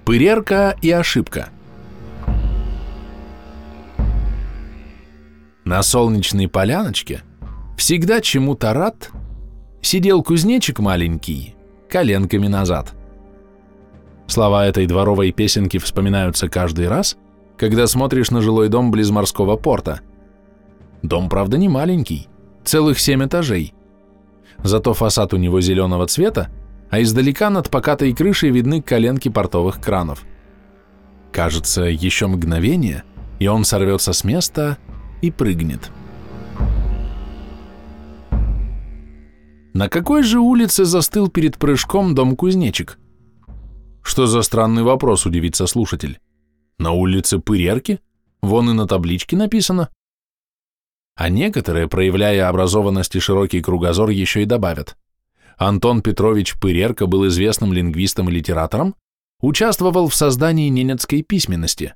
Пырерка и ошибка. На солнечной поляночке, всегда чему-то рад, сидел кузнечик маленький, коленками назад. Слова этой дворовой песенки вспоминаются каждый раз, когда смотришь на жилой дом близ морского порта. Дом, правда, не маленький, целых 7 этажей. Зато фасад у него зеленого цвета, а издалека над покатой крышей видны коленки портовых кранов. Кажется, еще мгновение, и он сорвется с места и прыгнет. На какой же улице застыл перед прыжком дом-кузнечик? Что за странный вопрос, удивится слушатель. На улице Пырерки? Вон и на табличке написано. А некоторые, проявляя образованность и широкий кругозор, еще и добавят. Антон Петрович Пырерка был известным лингвистом и литератором, участвовал в создании ненецкой письменности.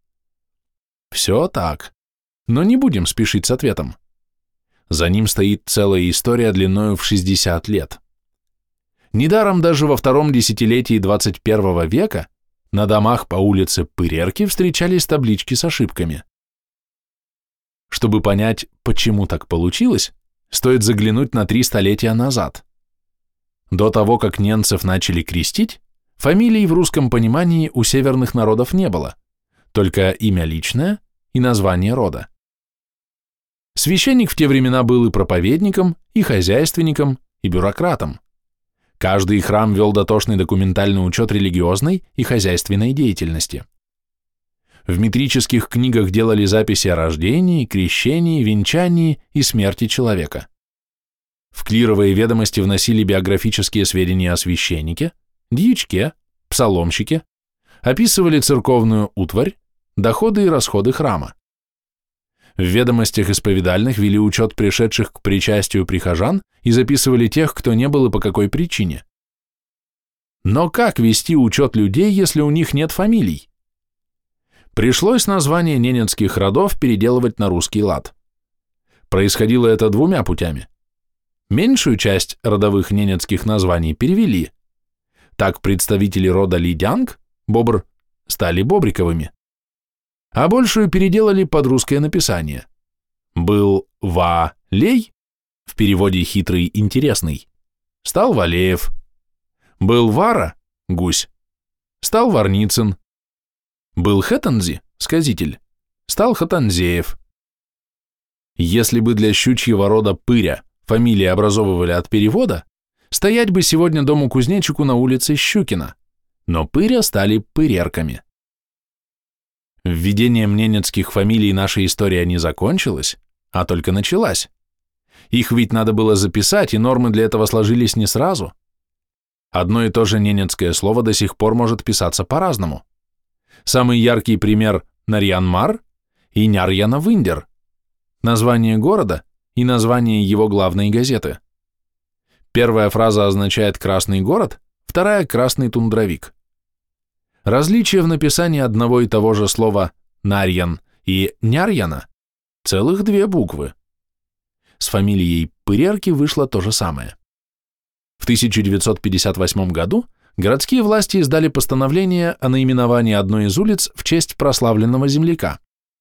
Все так, но не будем спешить с ответом. За ним стоит целая история длиною в 60 лет. Недаром даже во втором десятилетии 21 века на домах по улице Пырерки встречались таблички с ошибками. Чтобы понять, почему так получилось, стоит заглянуть на 3 столетия назад. До того, как ненцев начали крестить, фамилий в русском понимании у северных народов не было, только имя личное и название рода. Священник в те времена был и проповедником, и хозяйственником, и бюрократом. Каждый храм вел дотошный документальный учет религиозной и хозяйственной деятельности. В метрических книгах делали записи о рождении, крещении, венчании и смерти человека. В клировые ведомости вносили биографические сведения о священнике, дьячке, псаломщике, описывали церковную утварь, доходы и расходы храма. В ведомостях исповедальных вели учет пришедших к причастию прихожан и записывали тех, кто не был и по какой причине. Но как вести учет людей, если у них нет фамилий? Пришлось название ненецких родов переделывать на русский лад. Происходило это 2 путями. Меньшую часть родовых ненецких названий перевели. Так представители рода Лидянг, Бобр, стали Бобриковыми. А большую переделали под русское написание. Был Валей, в переводе хитрый, интересный, стал Валеев. Был Вара, гусь, стал Варницын. Был Хэтанзи, сказитель, стал Хатанзеев. Если бы для щучьего рода Пыря фамилии образовывали от перевода, стоять бы сегодня дому-кузнечику на улице Щукина, но Пыря стали Пырерками. Введением ненецких фамилий наша история не закончилась, а только началась. Их ведь надо было записать, и нормы для этого сложились не сразу. Одно и то же ненецкое слово до сих пор может писаться по-разному. Самый яркий пример – Нарьян-Мар и Нярьяна-Виндер, название города и название его главной газеты. Первая фраза означает «красный город», вторая – «красный тундровик». Различие в написании одного и того же слова «Нарьян» и «Нярьяна» – целых 2 буквы. С фамилией Пырерки вышло то же самое. В 1958 году городские власти издали постановление о наименовании одной из улиц в честь прославленного земляка.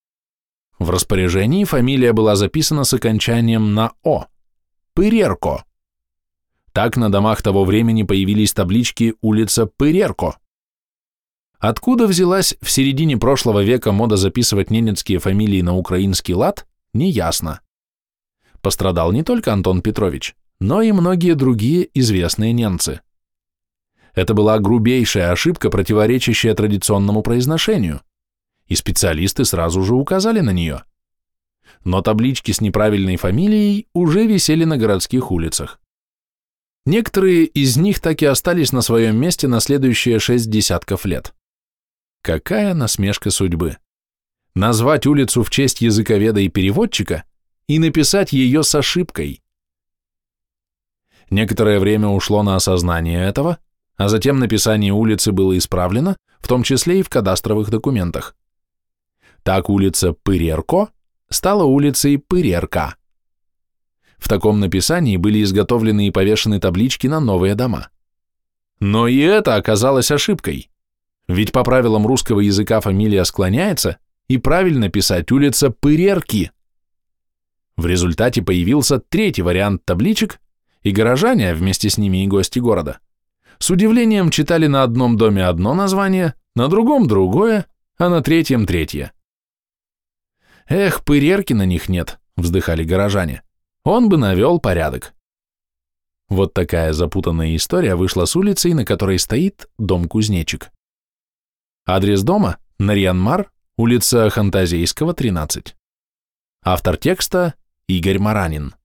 В распоряжении фамилия была записана с окончанием на «о» – Пырерко. Так на домах того времени появились таблички «Улица Пырерко». Откуда взялась в середине прошлого века мода записывать ненецкие фамилии на украинский лад, неясно. Пострадал не только Антон Петрович, но и многие другие известные ненцы. Это была грубейшая ошибка, противоречащая традиционному произношению, и специалисты сразу же указали на нее. Но таблички с неправильной фамилией уже висели на городских улицах. Некоторые из них так и остались на своем месте на следующие 6 десятков лет. Какая насмешка судьбы! Назвать улицу в честь языковеда и переводчика и написать ее с ошибкой. Некоторое время ушло на осознание этого, а затем написание улицы было исправлено, в том числе и в кадастровых документах. Так улица Пырерко стала улицей Пырерка. В таком написании были изготовлены и повешены таблички на новые дома. Но и это оказалось ошибкой. Ведь по правилам русского языка фамилия склоняется, и правильно писать улица Пырерки. В результате появился третий вариант табличек, и горожане, вместе с ними и гости города, с удивлением читали на одном доме одно название, на другом другое, а на третьем третье. «Эх, Пырерки на них нет», — вздыхали горожане, — «он бы навел порядок». Вот такая запутанная история вышла с улицей, на которой стоит дом-кузнечик. Адрес дома – Нарьян-Мар, улица Хантазейского, 13. Автор текста – Игорь Маранин.